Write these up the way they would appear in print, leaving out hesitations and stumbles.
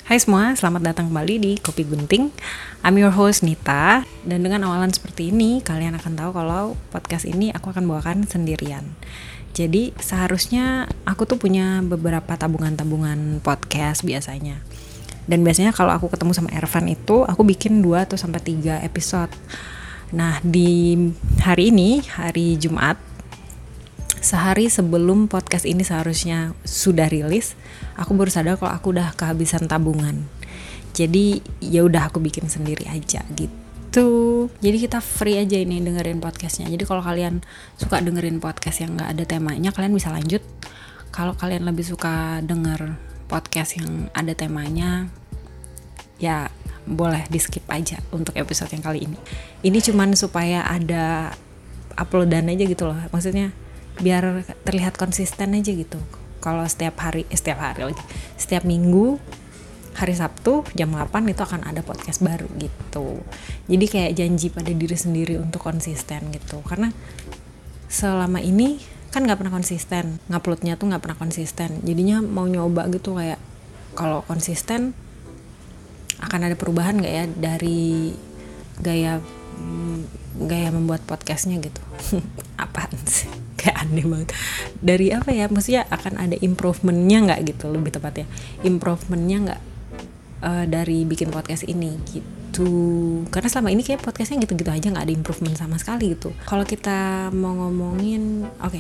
Hai semua, selamat datang kembali di Kopi Gunting. I'm your host Nita. Dan dengan awalan seperti ini, kalian akan tahu kalau podcast ini aku akan bawakan sendirian. Jadi seharusnya aku tuh punya beberapa tabungan-tabungan podcast biasanya. Dan biasanya kalau aku ketemu sama Ervan itu, aku bikin 2 atau sampai 3 episode. Nah, di hari ini, hari Jumat, sehari sebelum podcast ini seharusnya sudah rilis, aku baru sadar kalau aku udah kehabisan tabungan. Jadi ya udah aku bikin sendiri aja gitu. Jadi kita free aja ini dengerin podcastnya. Jadi kalau kalian suka dengerin podcast yang nggak ada temanya, kalian bisa lanjut. Kalau kalian lebih suka denger podcast yang ada temanya, ya boleh di skip aja untuk episode yang kali ini. Ini cuman supaya ada uploadan aja gitu loh. Maksudnya biar terlihat konsisten aja gitu. Kalau setiap minggu hari Sabtu jam 8 itu akan ada podcast baru gitu. Jadi kayak janji pada diri sendiri untuk konsisten gitu. Karena selama ini kan gak pernah konsisten, nguploadnya tuh gak pernah konsisten. Jadinya mau nyoba gitu, kayak kalau konsisten akan ada perubahan gak ya dari gaya membuat podcastnya gitu. Apaan sih, kayak aneh banget. Dari apa ya, maksudnya akan ada improvementnya gak gitu, lebih tepatnya improvementnya gak dari bikin podcast ini gitu. Karena selama ini kayak podcastnya gitu-gitu aja, gak ada improvement sama sekali gitu. Kalau kita mau ngomongin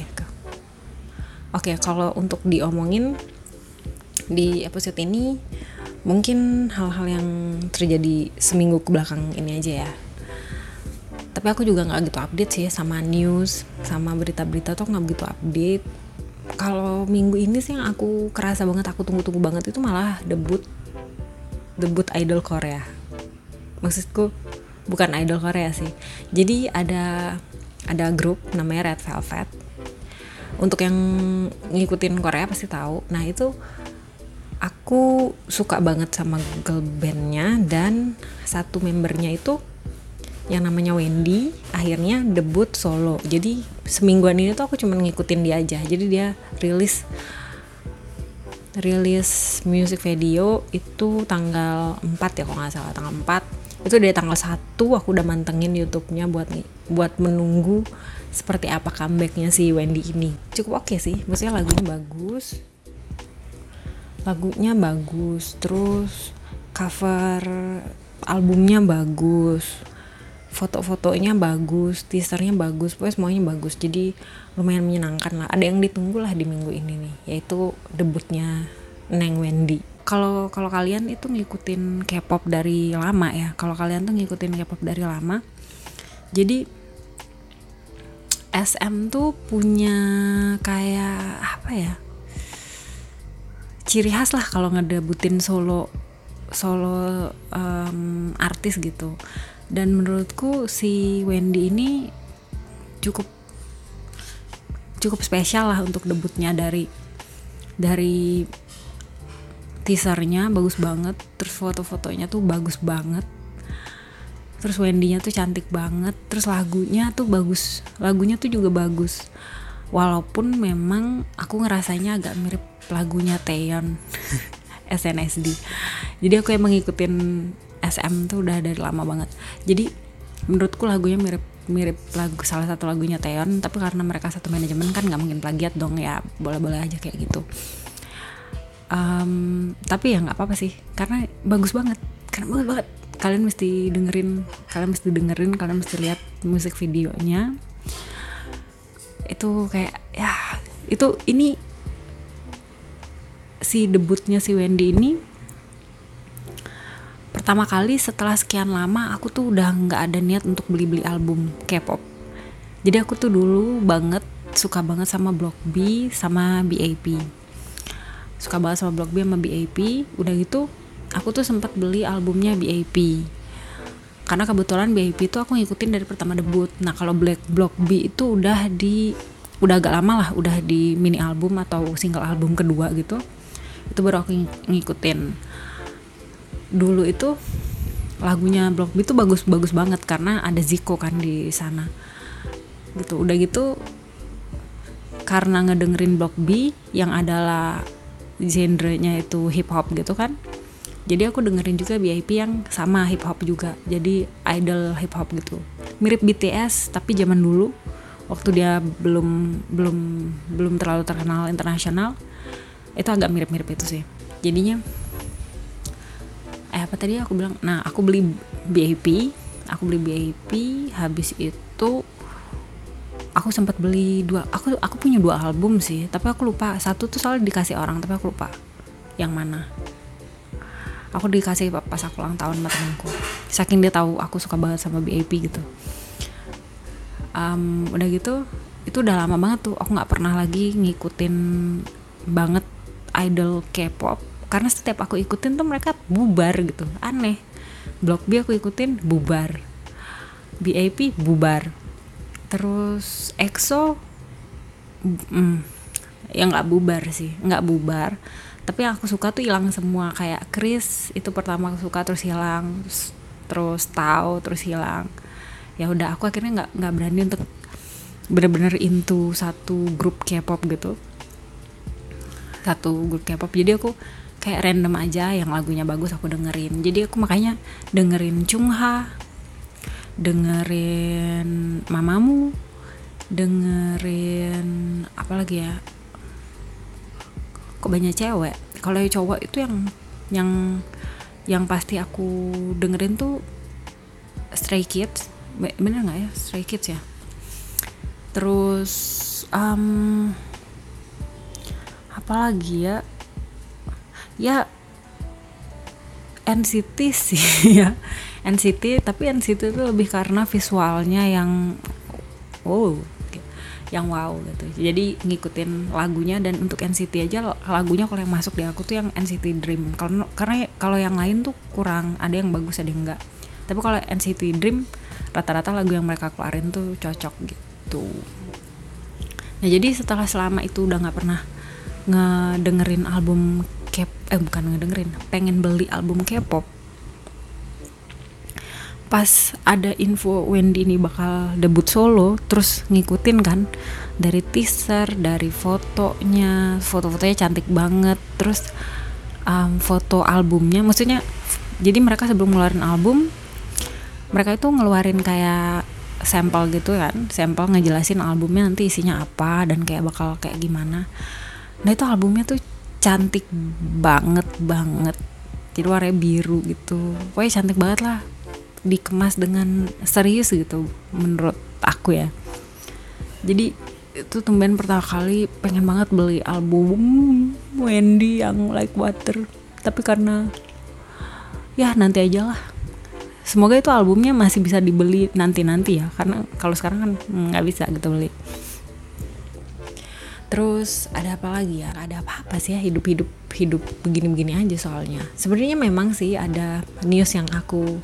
Oke, kalau untuk diomongin di episode ini, mungkin hal-hal yang terjadi seminggu kebelakang ini aja ya. Tapi aku juga gak gitu update sih sama news, sama berita-berita tuh gak begitu update. Kalau minggu ini sih yang aku kerasa banget, aku tunggu-tunggu banget itu malah debut idol Korea. Maksudku bukan idol Korea sih. Jadi ada grup namanya Red Velvet. Untuk yang ngikutin Korea pasti tahu. Nah itu aku suka banget sama girl bandnya, dan satu membernya itu yang namanya Wendy akhirnya debut solo. Jadi semingguan ini tuh aku cuma ngikutin dia aja. Jadi dia rilis music video itu tanggal 4 ya kalau nggak salah, tanggal 4. Itu dari tanggal 1 aku udah mantengin YouTube-nya buat menunggu seperti apa comeback-nya si Wendy ini. Cukup oke sih, maksudnya lagunya bagus, terus cover albumnya bagus, foto-fotonya bagus, teasernya bagus, pokoknya semuanya bagus. Jadi lumayan menyenangkan lah. Ada yang ditunggu lah di minggu ini nih, yaitu debutnya Neng Wendy. Kalau kalian itu ngikutin K-pop dari lama ya. Kalau kalian tuh ngikutin K-pop dari lama, jadi SM tuh punya kayak apa ya, ciri khas lah kalau ngedebutin solo artis gitu. Dan menurutku si Wendy ini cukup spesial lah untuk debutnya. Dari teasernya bagus banget, terus foto-fotonya tuh bagus banget, terus Wendy-nya tuh cantik banget, terus lagunya tuh juga bagus. Walaupun memang aku ngerasanya agak mirip lagunya Taeyeon SNSD. Jadi aku emang ngikutin SM tuh udah dari lama banget. Jadi menurutku lagunya mirip lagu salah satu lagunya Taeyeon, tapi karena mereka satu manajemen kan nggak mungkin plagiat dong ya, boleh-boleh aja kayak gitu. Tapi ya nggak apa-apa sih, karena bagus banget. Kalian mesti dengerin, kalian mesti lihat musik videonya. Itu kayak ya, ini si debutnya si Wendy ini pertama kali setelah sekian lama aku tuh udah gak ada niat untuk beli album K-pop. Jadi aku tuh dulu suka banget sama Block B sama BAP. Udah gitu aku tuh sempat beli albumnya BAP. Karena kebetulan BAP itu aku ngikutin dari pertama debut. Nah kalau Block B itu udah agak lama lah, udah di mini album atau single album kedua gitu. Itu baru aku ngikutin. Dulu itu lagunya Block B itu bagus banget karena ada Zico kan di sana gitu. Udah gitu karena ngedengerin Block B yang adalah genrenya itu hip hop gitu kan, Jadi aku dengerin juga BIP yang sama hip hop juga. Jadi idol hip hop gitu. Mirip BTS tapi zaman dulu waktu dia belum terlalu terkenal internasional. Itu agak mirip-mirip itu sih. Jadinya apa tadi aku bilang? Nah, aku beli BIP habis itu aku sempat beli aku punya 2 album sih, tapi aku lupa. Satu tuh soalnya dikasih orang tapi aku lupa yang mana. Aku dikasih pas aku ulang tahun sama temanku. Saking dia tahu aku suka banget sama BIP gitu. Udah gitu, itu udah lama banget tuh aku nggak pernah lagi ngikutin banget idol K-pop karena setiap aku ikutin tuh mereka bubar gitu, aneh. Block B aku ikutin bubar, BIP bubar, terus EXO ya nggak bubar. Tapi yang aku suka tuh hilang semua. Kayak Chris itu pertama aku suka terus hilang, terus Tao terus hilang. Ya udah aku akhirnya nggak berani untuk benar-benar into satu grup K-pop gitu. Jadi aku kayak random aja yang lagunya bagus aku dengerin. Jadi aku makanya dengerin Chungha, dengerin Mamamoo, dengerin apa lagi ya, kok banyak cewek. Kalau yang cowok itu yang pasti aku dengerin tuh Stray Kids. Bener nggak ya Stray Kids ya? Terus apa lagi ya NCT sih ya. NCT, tapi NCT itu lebih karena visualnya yang wow gitu. Jadi ngikutin lagunya. Dan untuk NCT aja lagunya kalau yang masuk di aku tuh yang NCT Dream. Karena kalau yang lain tuh kurang, ada yang bagus ada yang enggak. Tapi kalau NCT Dream rata-rata lagu yang mereka keluarin tuh cocok gitu. Nah jadi setelah selama itu udah nggak pernah ngedengerin album pengen beli album K-pop. Pas ada info Wendy ini bakal debut solo, terus ngikutin kan dari teaser, dari fotonya cantik banget. Terus foto albumnya, maksudnya jadi mereka sebelum ngeluarin album, mereka itu ngeluarin kayak sampel gitu kan, sampel ngejelasin albumnya nanti isinya apa dan kayak bakal kayak gimana. Nah itu albumnya tuh cantik banget, jadi warnanya biru gitu, pokoknya cantik banget lah, dikemas dengan serius gitu menurut aku ya. Jadi itu tumben pertama kali pengen banget beli album Wendy yang Like Water. Tapi karena ya nanti aja lah, semoga itu albumnya masih bisa dibeli nanti ya, karena kalau sekarang kan nggak bisa gitu beli. Terus ada apa lagi ya? Ada apa sih ya, hidup begini aja soalnya. Sebenarnya memang sih ada news yang aku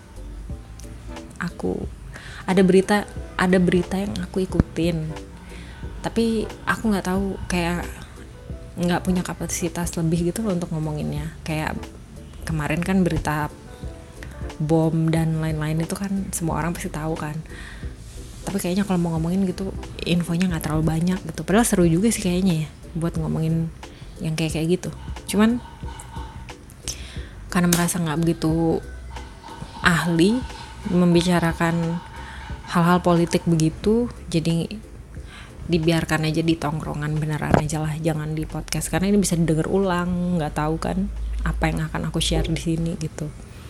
ada berita yang aku ikutin. Tapi aku nggak tahu, kayak nggak punya kapasitas lebih gitu loh untuk ngomonginnya. Kayak kemarin kan berita bom dan lain-lain itu kan semua orang pasti tahu kan. Tapi kayaknya kalau mau ngomongin gitu infonya nggak terlalu banyak gitu. Padahal seru juga sih kayaknya ya buat ngomongin yang kayak gitu. Cuman karena merasa nggak begitu ahli membicarakan hal-hal politik begitu, jadi dibiarkan aja di tongkrongan beneran aja lah, jangan di podcast karena ini bisa didengar ulang. Nggak tahu kan apa yang akan aku share di sini gitu.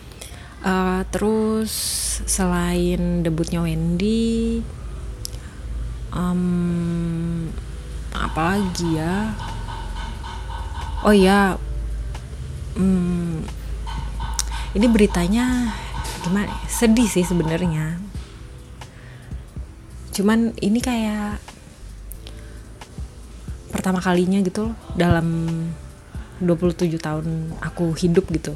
Terus selain debutnya Wendy, apa lagi ya? Oh ya, ini beritanya gimana? Sedih sih sebenarnya. Cuman ini kayak pertama kalinya gitu loh dalam 27 tahun aku hidup gitu.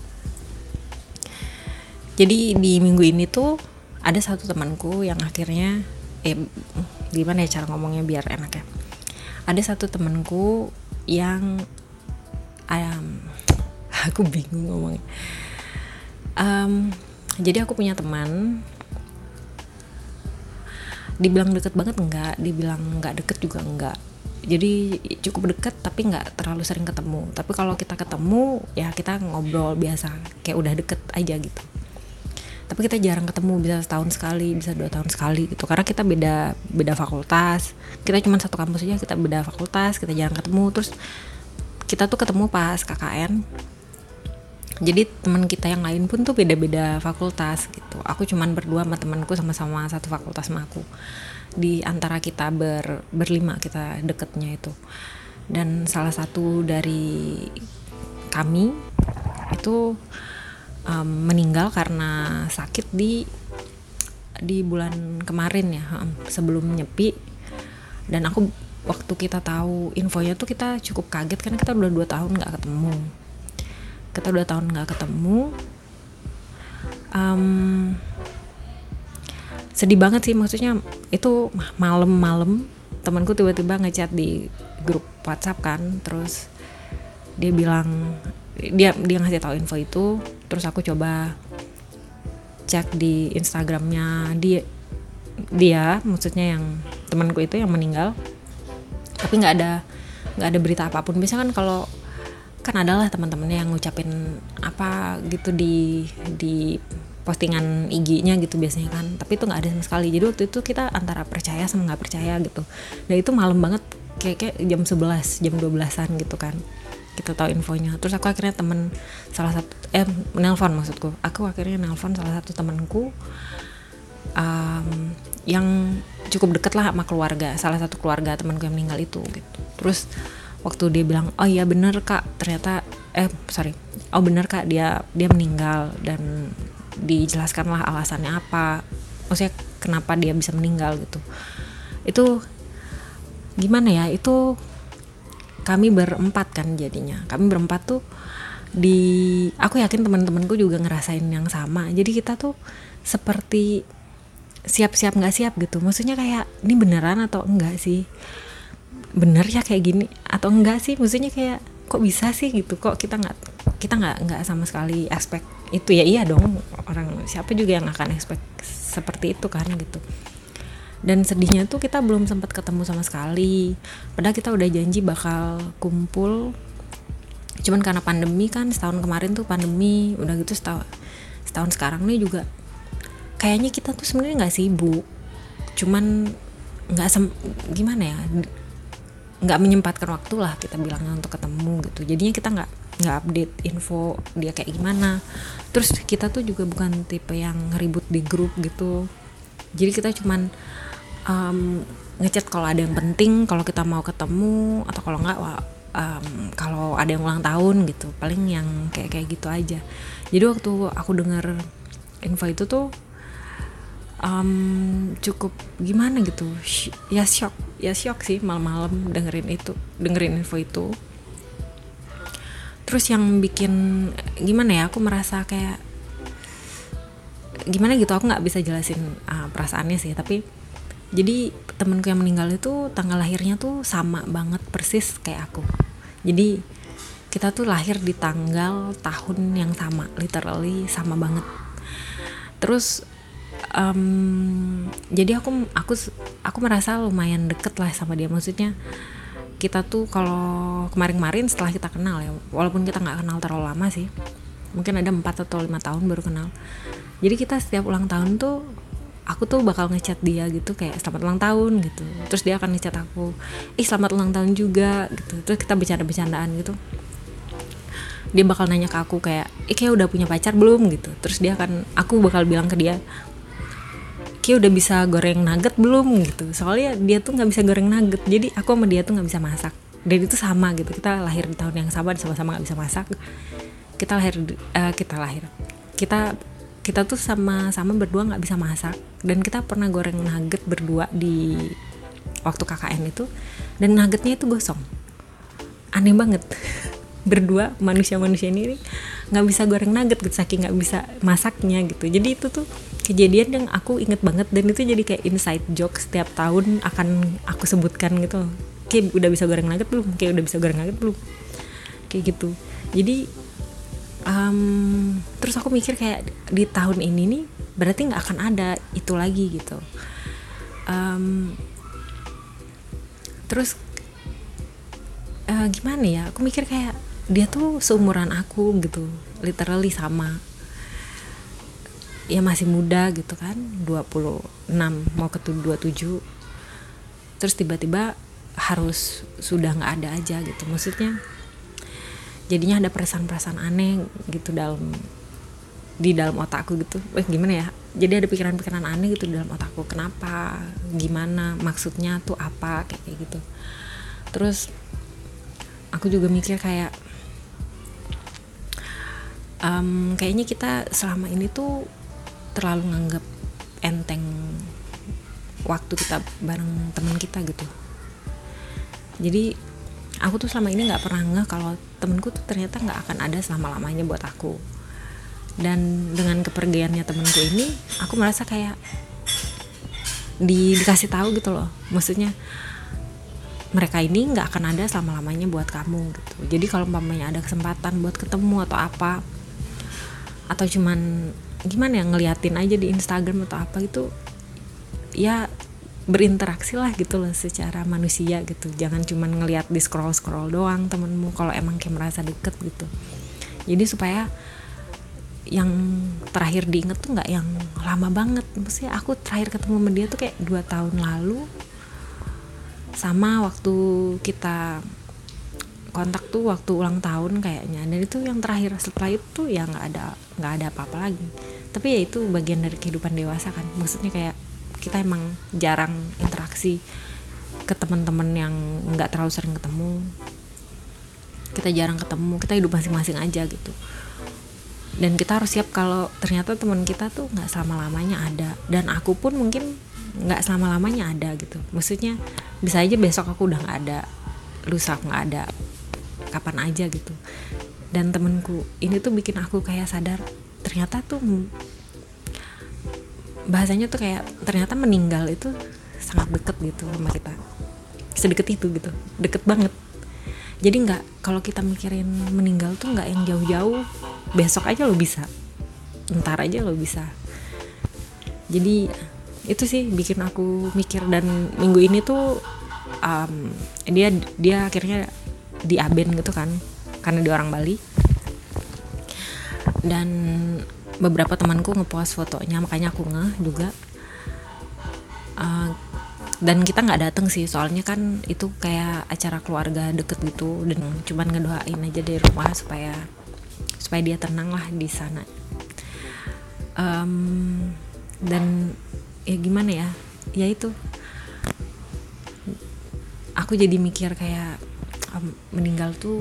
Jadi di minggu ini tuh ada satu temanku yang akhirnya gimana ya cara ngomongnya biar enak ya. Ada satu temanku yang aku bingung ngomongnya. Jadi aku punya teman, dibilang deket banget enggak, dibilang enggak deket juga enggak. jadi cukup dekat tapi nggak terlalu sering ketemu. Tapi kalau kita ketemu ya kita ngobrol biasa, kayak udah deket aja gitu. Tapi kita jarang ketemu, bisa setahun sekali, bisa 2 tahun sekali gitu, karena kita beda fakultas. Kita cuma satu kampus aja, kita beda fakultas, kita jarang ketemu. Terus kita tuh ketemu pas KKN. Jadi teman kita yang lain pun tuh beda-beda fakultas gitu. Aku cuman berdua sama temanku, sama-sama satu fakultas sama aku. Di antara kita berlima kita deketnya itu. Dan salah satu dari kami itu meninggal karena sakit di bulan kemarin ya, sebelum nyepi. Dan aku waktu kita tahu infonya tuh kita cukup kaget karena kita udah 2 tahun nggak ketemu. Sedih banget sih, maksudnya itu malam-malam temanku tiba-tiba ngechat di grup WhatsApp kan, terus dia bilang dia ngasih tahu info itu. Terus aku coba cek di Instagramnya dia maksudnya yang temanku itu yang meninggal, tapi nggak ada berita apapun. Biasanya kan kalau kan adalah teman-temannya yang ngucapin apa gitu di postingan IG-nya gitu biasanya kan, tapi itu nggak ada sama sekali. Jadi waktu itu kita antara percaya sama nggak percaya gitu. Dan itu malam banget, kayak jam 11, jam 12-an gitu kan kita tahu infonya. Terus aku akhirnya nelpon salah satu temanku yang cukup deket lah sama keluarga, salah satu keluarga temanku yang meninggal itu gitu. Terus waktu dia bilang, oh iya bener kak, ternyata bener kak, dia meninggal. Dan dijelaskanlah alasannya apa, maksudnya kenapa dia bisa meninggal gitu. Itu gimana ya, itu kami berempat kan, jadinya kami berempat tuh aku yakin teman-temanku juga ngerasain yang sama. Jadi kita tuh seperti siap-siap nggak siap gitu, maksudnya kayak ini beneran atau enggak sih, bener ya kayak gini atau enggak sih, maksudnya kayak kok bisa sih gitu, kok kita nggak sama sekali expect itu. Ya iya dong, orang siapa juga yang akan expect seperti itu kan gitu. Dan sedihnya tuh kita belum sempat ketemu sama sekali, padahal kita udah janji bakal kumpul. Cuman karena pandemi kan, setahun kemarin tuh pandemi, udah gitu setahun sekarang nih juga kayaknya kita tuh sebenarnya nggak sibuk, cuman gimana ya, nggak menyempatkan waktu lah kita bilangnya untuk ketemu gitu. Jadinya kita nggak update info dia kayak gimana. Terus kita tuh juga bukan tipe yang ribut di grup gitu, jadi kita cuman ngechat kalau ada yang penting, kalau kita mau ketemu, atau kalau nggak kalau ada yang ulang tahun gitu, paling yang kayak gitu aja. Jadi waktu aku dengar info itu tuh cukup gimana gitu, ya shock sih malam-malam dengerin info itu. Terus yang bikin gimana ya, aku merasa kayak gimana gitu, aku nggak bisa jelasin perasaannya sih. Tapi jadi temanku yang meninggal itu tanggal lahirnya tuh sama banget persis kayak aku. Jadi kita tuh lahir di tanggal tahun yang sama, literally sama banget. Terus jadi aku merasa lumayan deket lah sama dia. Maksudnya kita tuh kalau kemarin setelah kita kenal ya, walaupun kita nggak kenal terlalu lama sih, mungkin ada 4 atau 5 tahun baru kenal. Jadi kita setiap ulang tahun tuh aku tuh bakal ngechat dia gitu, kayak selamat ulang tahun gitu. Terus dia akan ngechat aku, selamat ulang tahun juga gitu. Terus kita bercanda-bercandaan gitu. Dia bakal nanya ke aku kayak udah punya pacar belum gitu. Terus aku bakal bilang ke dia, udah bisa goreng nugget belum gitu. Soalnya dia tuh nggak bisa goreng nugget, jadi aku sama dia tuh nggak bisa masak. Dan itu sama gitu, kita lahir di tahun yang sama sama nggak bisa masak. Kita tuh sama-sama berdua nggak bisa masak, dan kita pernah goreng nugget berdua di waktu KKN itu, dan nuggetnya itu gosong. Aneh banget. Berdua manusia ini nggak bisa goreng nugget gitu, saking nggak bisa masaknya gitu. Jadi itu tuh kejadian yang aku inget banget, dan itu jadi kayak inside joke setiap tahun akan aku sebutkan gitu. Kayak udah bisa goreng nugget belum, kayak gitu. Jadi terus aku mikir kayak di tahun ini nih berarti nggak akan ada itu lagi gitu. Terus gimana ya, aku mikir kayak dia tuh seumuran aku gitu, literally sama, ya masih muda gitu kan, 26 mau ke 27, terus tiba-tiba harus sudah nggak ada aja gitu. Maksudnya jadinya ada perasaan-perasaan aneh gitu di dalam otakku gitu. Gimana ya, jadi ada pikiran-pikiran aneh gitu di dalam otakku, kenapa, gimana, maksudnya tuh apa, kayak gitu. Terus aku juga mikir kayak kayaknya kita selama ini tuh terlalu nganggap enteng waktu kita bareng teman kita gitu. Jadi aku tuh selama ini nggak pernah ngeh kalau temenku tuh ternyata nggak akan ada selama-lamanya buat aku. Dan dengan kepergiannya temenku ini, aku merasa kayak dikasih tahu gitu loh. Maksudnya mereka ini nggak akan ada selama-lamanya buat kamu gitu. Jadi kalau umpamanya ada kesempatan buat ketemu atau apa, atau cuman gimana ya, ngeliatin aja di Instagram atau apa gitu, ya berinteraksi lah gitu loh secara manusia gitu. Jangan cuman ngeliat di scroll doang temenmu kalau emang kayak merasa deket gitu. Jadi supaya yang terakhir diinget tuh nggak yang lama banget. Maksudnya aku terakhir ketemu sama dia tuh kayak 2 tahun lalu, sama waktu kita kontak tuh waktu ulang tahun kayaknya. Dan itu yang terakhir, setelah itu ya nggak ada apa-apa lagi. Tapi ya itu bagian dari kehidupan dewasa kan. Maksudnya kayak kita emang jarang interaksi ke teman-teman yang nggak terlalu sering ketemu. Kita jarang ketemu, kita hidup masing-masing aja gitu. Dan kita harus siap kalau ternyata teman kita tuh nggak selama-lamanya ada. Dan aku pun mungkin nggak selama-lamanya ada gitu. Maksudnya bisa aja besok aku udah nggak ada, lusa aku nggak ada, kapan aja gitu. Dan temenku ini tuh bikin aku kayak sadar ternyata tuh bahasanya tuh kayak ternyata meninggal itu sangat deket gitu sama kita, sedekat itu gitu, deket banget. Jadi nggak, kalau kita mikirin meninggal tuh nggak yang jauh-jauh, besok aja lo bisa, ntar aja lo bisa. Jadi itu sih bikin aku mikir. Dan minggu ini tuh dia akhirnya di Aben gitu kan, karena dia orang Bali. Dan beberapa temanku ngepost fotonya, makanya aku ngeh juga. Dan kita nggak dateng sih, soalnya kan itu kayak acara keluarga deket gitu, dan cuman ngedoain aja dari rumah supaya dia tenang lah di sana. Dan ya gimana ya, ya itu aku jadi mikir kayak meninggal tuh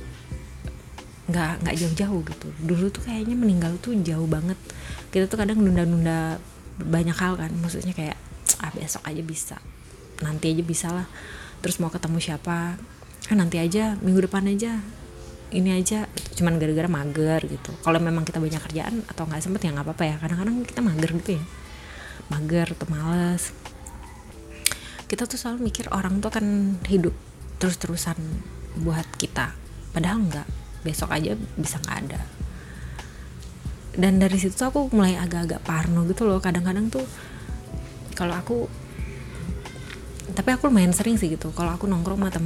nggak jauh-jauh gitu. Dulu tuh kayaknya meninggal tuh jauh banget. Kita tuh kadang nunda-nunda banyak hal kan, maksudnya kayak besok aja bisa, nanti aja bisa lah. Terus mau ketemu siapa, kan nanti aja, minggu depan aja, ini aja, cuman gara-gara mager gitu. Kalau memang kita banyak kerjaan atau nggak sempet ya nggak apa-apa ya. Kadang-kadang kita mager gitu ya, mager atau males. Kita tuh selalu mikir orang tuh akan hidup terus-terusan buat kita, padahal enggak, besok aja bisa nggak ada. Dan dari situ tuh aku mulai agak-agak parno gitu loh kadang-kadang tuh. Kalau aku, tapi aku lumayan sering sih gitu, kalau aku nongkrong sama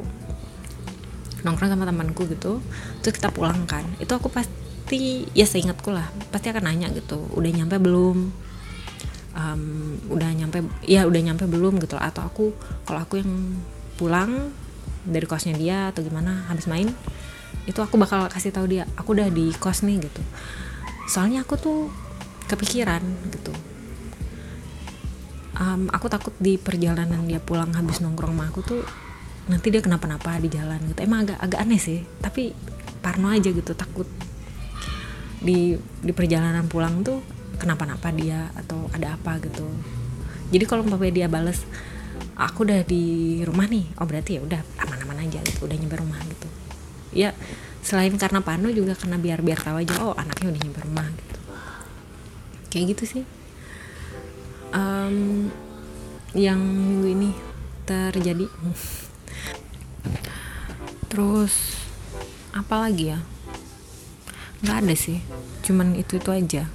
temanku gitu, terus kita pulang kan, itu aku pasti, ya seingatku lah, pasti akan nanya gitu, udah nyampe belum, udah nyampe belum gitu. Atau kalau aku yang pulang dari kosnya dia atau gimana habis main, itu aku bakal kasih tahu dia aku udah di kos nih gitu. Soalnya aku tuh kepikiran gitu. Aku takut di perjalanan dia pulang habis nongkrong sama aku tuh nanti dia kenapa-napa di jalan gitu. Emang agak aneh sih, tapi parno aja gitu, takut di perjalanan pulang tuh kenapa-napa dia atau ada apa gitu. Jadi kalau umpamanya dia bales aku udah di rumah nih, oh berarti ya udah aman-aman aja gitu, udah nyampe rumah gitu. Ya selain karena parno juga karena biar tahu aja, oh anaknya udah nyampe rumah gitu. Kayak gitu sih yang minggu ini terjadi. Terus apa lagi ya, nggak ada sih, cuman itu aja.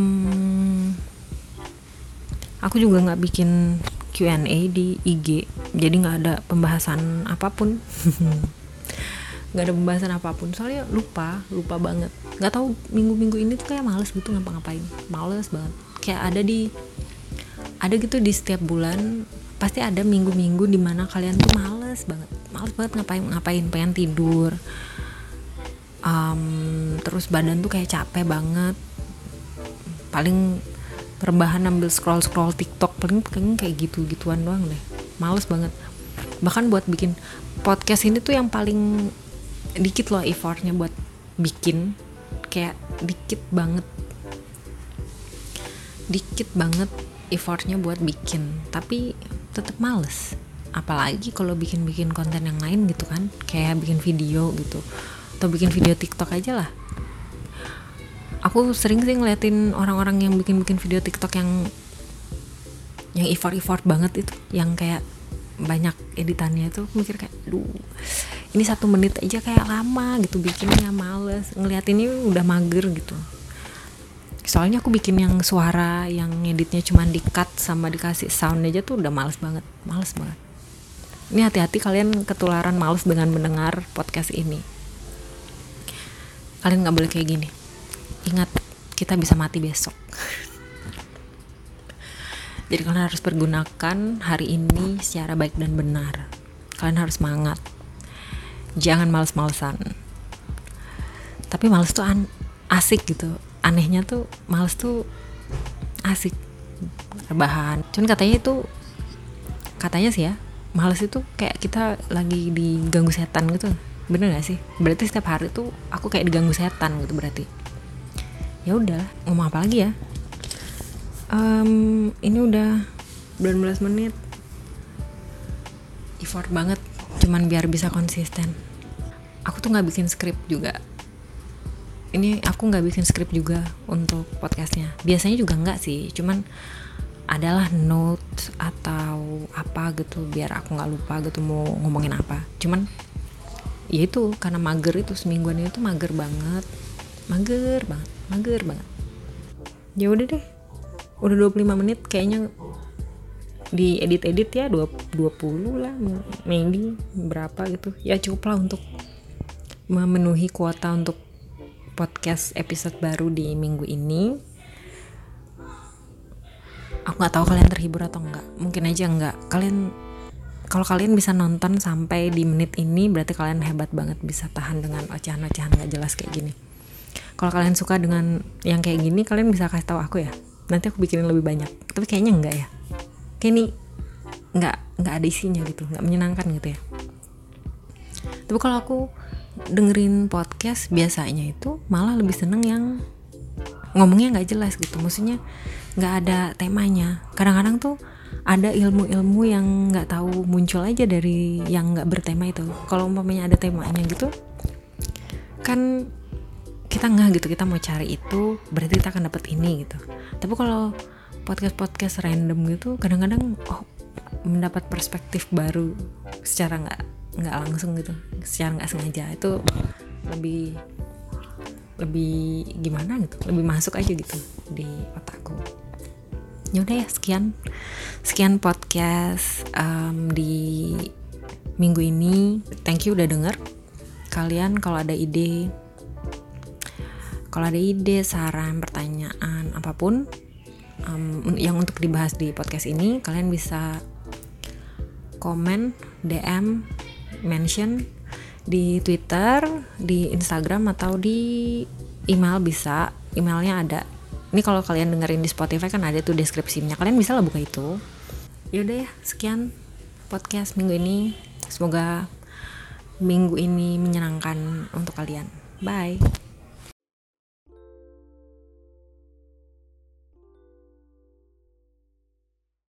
Aku juga nggak bikin Q&A di IG, jadi nggak ada pembahasan apapun. Nggak ada pembahasan apapun, soalnya lupa banget. Nggak tahu, minggu-minggu ini tuh kayak males gitu ngapa-ngapain, males banget. Kayak ada gitu di setiap bulan pasti ada minggu-minggu dimana kalian tuh males banget ngapain, pengen tidur, terus badan tuh kayak capek banget, paling rebahan ambil scroll TikTok, paling kayak gituan doang deh, males banget. Bahkan buat bikin podcast ini tuh yang paling dikit loh effortnya buat bikin, kayak dikit banget effortnya buat bikin, tapi tetap males. Apalagi kalau bikin konten yang lain gitu kan, kayak bikin video gitu, atau bikin video TikTok aja lah. Aku sering sih ngeliatin orang-orang yang bikin video TikTok yang effort banget itu, yang kayak banyak editannya itu. Aku mikir kayak, ini 1 menit aja kayak lama gitu bikinnya, males. Ngeliat ini udah mager gitu. Soalnya aku bikin yang suara, yang editnya cuma di-cut sama dikasih sound aja tuh udah males banget. Ini hati-hati kalian ketularan males dengan mendengar podcast ini. Kalian gak boleh kayak gini. Ingat, kita bisa mati besok. Jadi kalian harus pergunakan hari ini secara baik dan benar. Kalian harus semangat. Jangan males-malesan. Tapi males tuh asik gitu. Anehnya tuh males tuh asik, rebahan. Cuman katanya sih ya, males itu kayak kita lagi diganggu setan gitu. Bener gak sih? Berarti setiap hari tuh aku kayak diganggu setan gitu berarti. Ya udah, ngomong apa lagi ya? Ini udah 19 menit. Effort banget cuman biar bisa konsisten. Aku tuh gak bikin skrip juga. Ini aku gak bikin skrip juga untuk podcastnya. Biasanya juga gak sih, cuman adalah note atau apa gitu biar aku gak lupa gitu mau ngomongin apa. Cuman ya itu, karena mager itu, semingguan itu mager banget. Ya udah deh, udah 25 menit kayaknya, di edit ya 20 lah, maybe berapa gitu ya, cukup lah untuk memenuhi kuota untuk podcast episode baru di minggu ini. Aku nggak tahu kalian terhibur atau enggak, mungkin aja enggak. Kalau kalian bisa nonton sampai di menit ini, berarti kalian hebat banget bisa tahan dengan ocehan-ocehan nggak jelas kayak gini. Kalau kalian suka dengan yang kayak gini, kalian bisa kasih tahu aku ya, nanti aku bikinin lebih banyak. Tapi kayaknya enggak ya, kayak ini nggak ada isinya gitu, nggak menyenangkan gitu ya. Tapi kalau aku dengerin podcast biasanya itu malah lebih seneng yang ngomongnya nggak jelas gitu, maksudnya nggak ada temanya. Kadang-kadang tuh ada ilmu-ilmu yang nggak tahu muncul aja dari yang nggak bertema itu. Kalau umpamanya ada temanya gitu kan, kita nggak gitu, kita mau cari itu berarti kita akan dapet ini gitu. Tapi kalau podcast random gitu, kadang-kadang mendapat perspektif baru secara nggak langsung gitu, secara nggak sengaja. Itu lebih gimana gitu, lebih masuk aja gitu di otakku. Ya udah ya, sekian podcast di minggu ini. Thank you udah denger. Kalian kalau ada ide, saran, pertanyaan, apapun yang untuk dibahas di podcast ini, kalian bisa komen, DM, mention di Twitter, di Instagram, atau di email bisa. Emailnya ada. Ini kalau kalian dengerin di Spotify kan ada tuh deskripsinya. Kalian bisa lah buka itu. Yaudah ya, sekian podcast minggu ini. Semoga minggu ini menyenangkan untuk kalian. Bye.